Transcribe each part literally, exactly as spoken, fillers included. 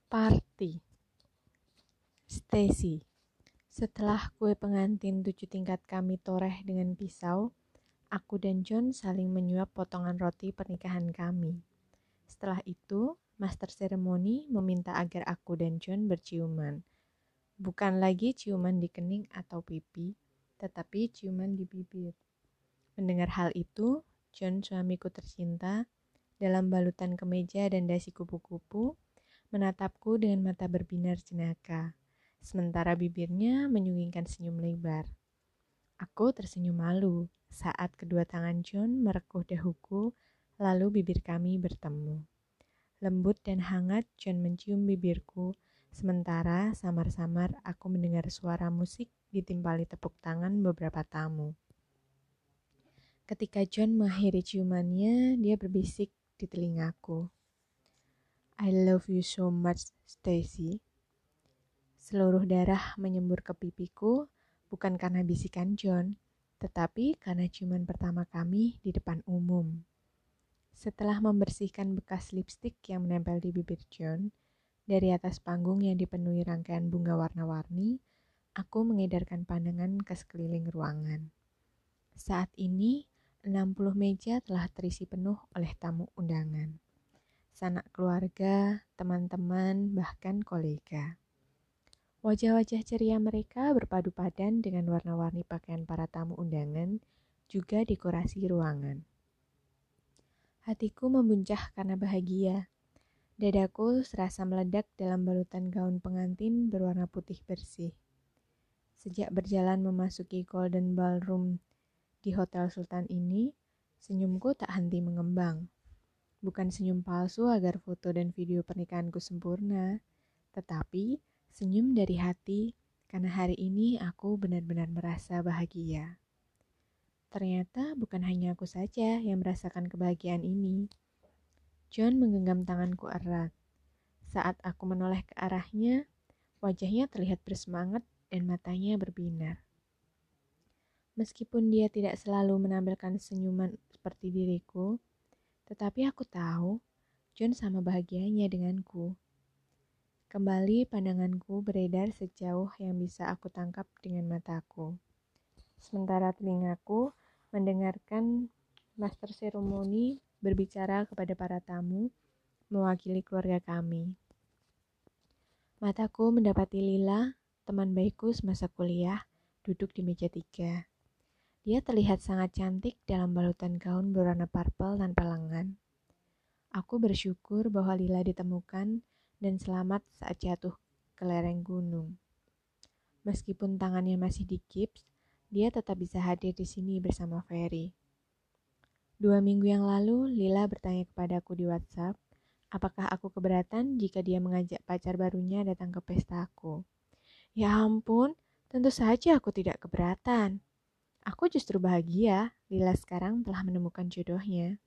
Party. Stacy. Setelah kue pengantin tujuh tingkat kami toreh dengan pisau, aku dan John saling menyuap potongan roti pernikahan kami. Setelah itu, master seremoni meminta agar aku dan John berciuman. Bukan lagi ciuman di kening atau pipi, tetapi ciuman di bibir. Mendengar hal itu, John, suamiku tercinta, dalam balutan kemeja dan dasi kupu-kupu, menatapku dengan mata berbinar jenaka, sementara bibirnya menyunggingkan senyum lebar. Aku tersenyum malu saat kedua tangan John merekuh dahuku, lalu bibir kami bertemu. Lembut dan hangat John mencium bibirku, sementara samar-samar aku mendengar suara musik ditimpali tepuk tangan beberapa tamu. Ketika John mengakhiri ciumannya, dia berbisik di telingaku. I love you so much, Stacy. Seluruh darah menyembur ke pipiku, bukan karena bisikan John, tetapi karena ciuman pertama kami di depan umum. Setelah membersihkan bekas lipstik yang menempel di bibir John, dari atas panggung yang dipenuhi rangkaian bunga warna-warni, aku mengedarkan pandangan ke sekeliling ruangan. Saat ini, enam puluh meja telah terisi penuh oleh tamu undangan. Sanak keluarga, teman-teman, bahkan kolega. Wajah-wajah ceria mereka berpadu padan dengan warna-warni pakaian para tamu undangan, juga dekorasi ruangan. Hatiku membuncah karena bahagia. Dadaku serasa meledak dalam balutan gaun pengantin berwarna putih bersih. Sejak berjalan memasuki Golden Ballroom di Hotel Sultan ini, senyumku tak henti mengembang. Bukan senyum palsu agar foto dan video pernikahanku sempurna, tetapi senyum dari hati karena hari ini aku benar-benar merasa bahagia. Ternyata bukan hanya aku saja yang merasakan kebahagiaan ini. John menggenggam tanganku erat. Saat aku menoleh ke arahnya, wajahnya terlihat bersemangat dan matanya berbinar. Meskipun dia tidak selalu menampilkan senyuman seperti diriku, tetapi aku tahu, John sama bahagianya denganku. Kembali pandanganku beredar sejauh yang bisa aku tangkap dengan mataku. Sementara telingaku mendengarkan master seremoni berbicara kepada para tamu, mewakili keluarga kami. Mataku mendapati Lila, teman baikku semasa kuliah, duduk di meja tiga. Dia terlihat sangat cantik dalam balutan gaun berwarna purple tanpa lengan. Aku bersyukur bahwa Lila ditemukan dan selamat saat jatuh ke lereng gunung. Meskipun tangannya masih digips, dia tetap bisa hadir di sini bersama Ferry. Dua minggu yang lalu, Lila bertanya kepadaku di WhatsApp, apakah aku keberatan jika dia mengajak pacar barunya datang ke pestaku. Ya ampun, tentu saja aku tidak keberatan. Aku justru bahagia, Lila sekarang telah menemukan jodohnya.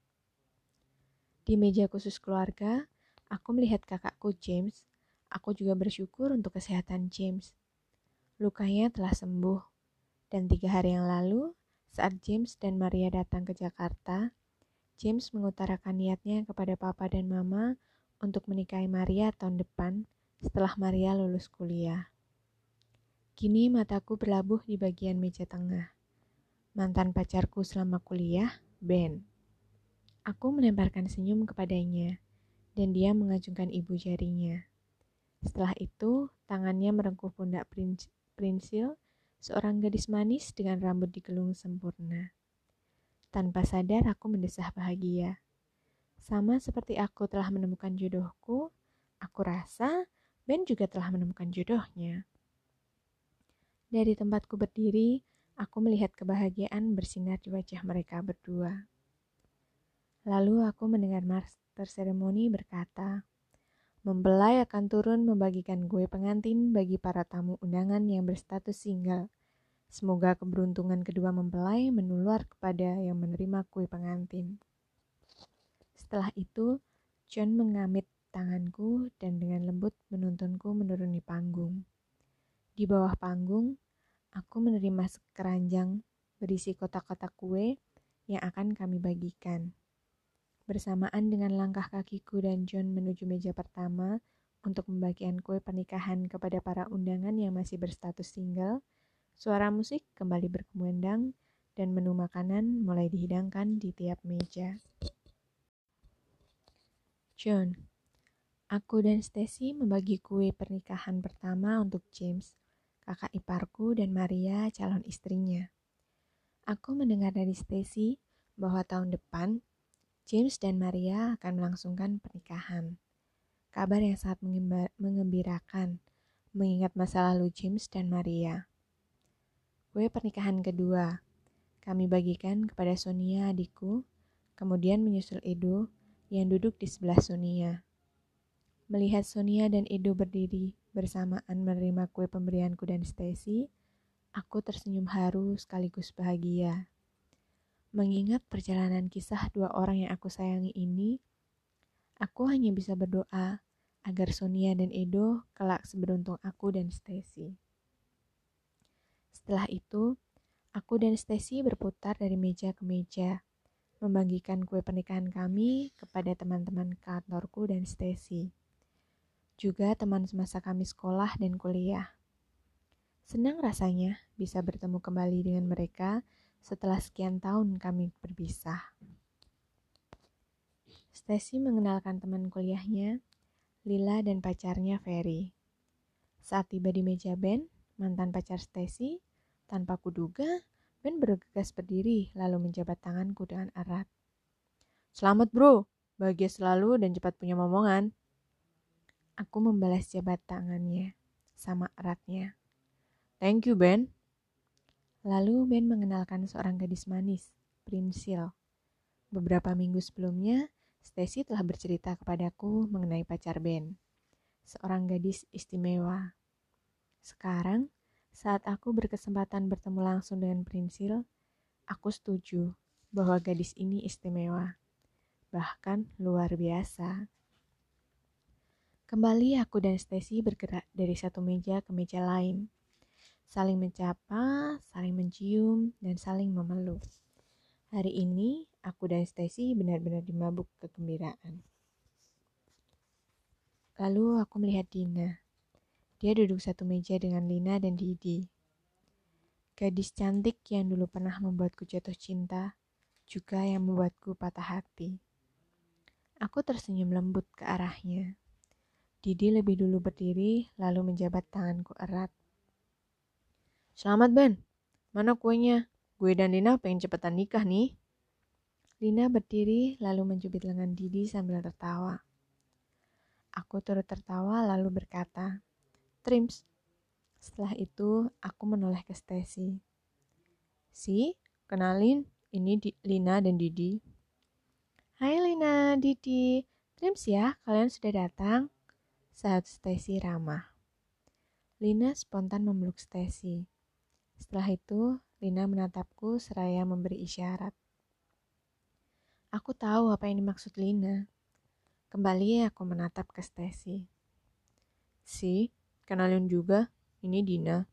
Di meja khusus keluarga, aku melihat kakakku James. Aku juga bersyukur untuk kesehatan James. Lukanya telah sembuh. Dan tiga hari yang lalu, saat James dan Maria datang ke Jakarta, James mengutarakan niatnya kepada papa dan mama untuk menikahi Maria tahun depan setelah Maria lulus kuliah. Kini mataku berlabuh di bagian meja tengah. Mantan pacarku selama kuliah, Ben. Aku melemparkan senyum kepadanya, dan dia mengacungkan ibu jarinya. Setelah itu, tangannya merengkuh pundak Prinsil, seorang gadis manis dengan rambut digelung sempurna. Tanpa sadar aku mendesah bahagia. Sama seperti aku telah menemukan jodohku, aku rasa Ben juga telah menemukan jodohnya. Dari tempatku berdiri, aku melihat kebahagiaan bersinar di wajah mereka berdua. Lalu aku mendengar master seremoni berkata, mempelai akan turun membagikan kue pengantin bagi para tamu undangan yang berstatus single. Semoga keberuntungan kedua mempelai menular kepada yang menerima kue pengantin. Setelah itu, John mengamit tanganku dan dengan lembut menuntunku menuruni panggung. Di bawah panggung, aku menerima sekeranjang berisi kotak-kotak kue yang akan kami bagikan. Bersamaan dengan langkah kakiku dan John menuju meja pertama untuk pembagian kue pernikahan kepada para undangan yang masih berstatus single, suara musik kembali berkumandang dan menu makanan mulai dihidangkan di tiap meja. John, aku dan Stacy membagi kue pernikahan pertama untuk James, kakak iparku, dan Maria, calon istrinya. Aku mendengar dari Stacy bahwa tahun depan James dan Maria akan melangsungkan pernikahan. Kabar yang sangat mengembirakan, mengingat masa lalu James dan Maria. Kue pernikahan kedua, kami bagikan kepada Sonia adikku, kemudian menyusul Edo yang duduk di sebelah Sonia. Melihat Sonia dan Edo berdiri bersamaan menerima kue pemberianku dan Stacy, aku tersenyum haru sekaligus bahagia. Mengingat perjalanan kisah dua orang yang aku sayangi ini, aku hanya bisa berdoa agar Sonia dan Edo kelak seberuntung aku dan Stacy. Setelah itu, aku dan Stacy berputar dari meja ke meja, membagikan kue pernikahan kami kepada teman-teman kantorku dan Stacy, juga teman semasa kami sekolah dan kuliah. Senang rasanya bisa bertemu kembali dengan mereka setelah sekian tahun kami berpisah. Stacy mengenalkan teman kuliahnya, Lila dan pacarnya Ferry. Saat tiba di meja Ben, mantan pacar Stacy, tanpa kuduga, Ben bergegas berdiri lalu menjabat tanganku dengan erat. Selamat bro, bahagia selalu dan cepat punya momongan. Aku membalas jabat tangannya, sama eratnya. Thank you Ben. Lalu Ben mengenalkan seorang gadis manis, Prinsil. Beberapa minggu sebelumnya, Stacy telah bercerita kepadaku mengenai pacar Ben, seorang gadis istimewa. Sekarang, saat aku berkesempatan bertemu langsung dengan Prinsil, aku setuju bahwa gadis ini istimewa, bahkan luar biasa. Kembali aku dan Stacy bergerak dari satu meja ke meja lain, saling mencapa, saling mencium, dan saling memeluk. Hari ini, aku dan Stacy benar-benar dimabuk kegembiraan. Lalu aku melihat Dina. Dia duduk satu meja dengan Lina dan Didi. Gadis cantik yang dulu pernah membuatku jatuh cinta, juga yang membuatku patah hati. Aku tersenyum lembut ke arahnya. Didi lebih dulu berdiri, lalu menjabat tanganku erat. Selamat Ben, mana kuenya? Gue dan Lina pengen cepetan nikah nih. Lina berdiri lalu mencubit lengan Didi sambil tertawa. Aku turut tertawa lalu berkata, Trims. Setelah itu, aku menoleh ke Stacy. Si, kenalin, ini Di- Lina dan Didi. Hai Lina, Didi. Trims ya, kalian sudah datang? Saat Stacy ramah. Lina spontan memeluk Stacy. Setelah itu, Lina menatapku seraya memberi isyarat. Aku tahu apa yang dimaksud Lina. Kembali aku menatap ke Stacy. Si, kenalin juga, ini Dina.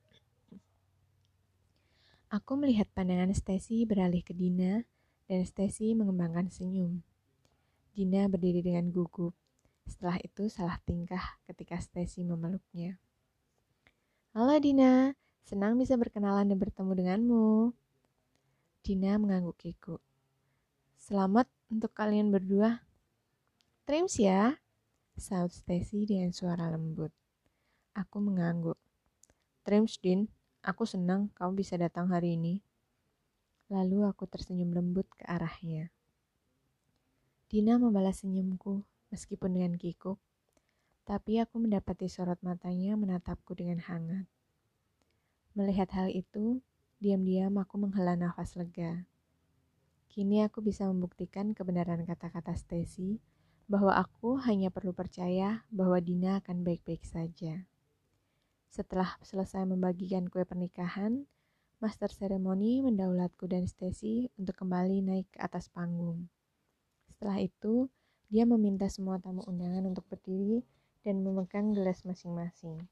Aku melihat pandangan Stacy beralih ke Dina, dan Stacy mengembangkan senyum. Dina berdiri dengan gugup. Setelah itu salah tingkah ketika Stacy memeluknya. Halo Dina, senang bisa berkenalan dan bertemu denganmu. Dina mengangguk kikuk. Selamat untuk kalian berdua. Trims ya, saut Stacy dengan suara lembut. Aku mengangguk. Trims, Din, aku senang kamu bisa datang hari ini. Lalu aku tersenyum lembut ke arahnya. Dina membalas senyumku meskipun dengan kikuk, tapi aku mendapati sorot matanya menatapku dengan hangat. Melihat hal itu, diam-diam aku menghela nafas lega. Kini aku bisa membuktikan kebenaran kata-kata Stacy bahwa aku hanya perlu percaya bahwa Dina akan baik-baik saja. Setelah selesai membagikan kue pernikahan, master seremoni mendaulatku dan Stacy untuk kembali naik ke atas panggung. Setelah itu, dia meminta semua tamu undangan untuk berdiri dan memegang gelas masing-masing.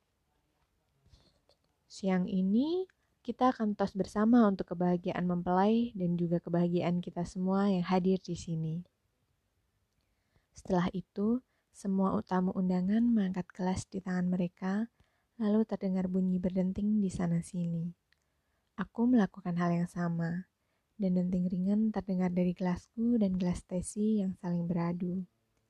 Siang ini, kita akan tos bersama untuk kebahagiaan mempelai dan juga kebahagiaan kita semua yang hadir di sini. Setelah itu, Semua tamu undangan mengangkat gelas di tangan mereka, lalu terdengar bunyi berdenting di sana-sini. Aku melakukan hal yang sama, dan denting ringan terdengar dari gelasku dan gelas Stacy yang saling beradu.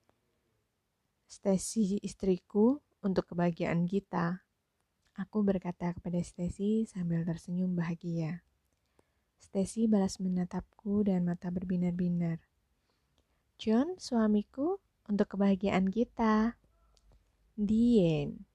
Stacy istriku, untuk kebahagiaan kita, aku berkata kepada Stacy sambil tersenyum bahagia. Stacy balas menatapku dengan mata berbinar-binar. John, suamiku, untuk kebahagiaan kita. The end.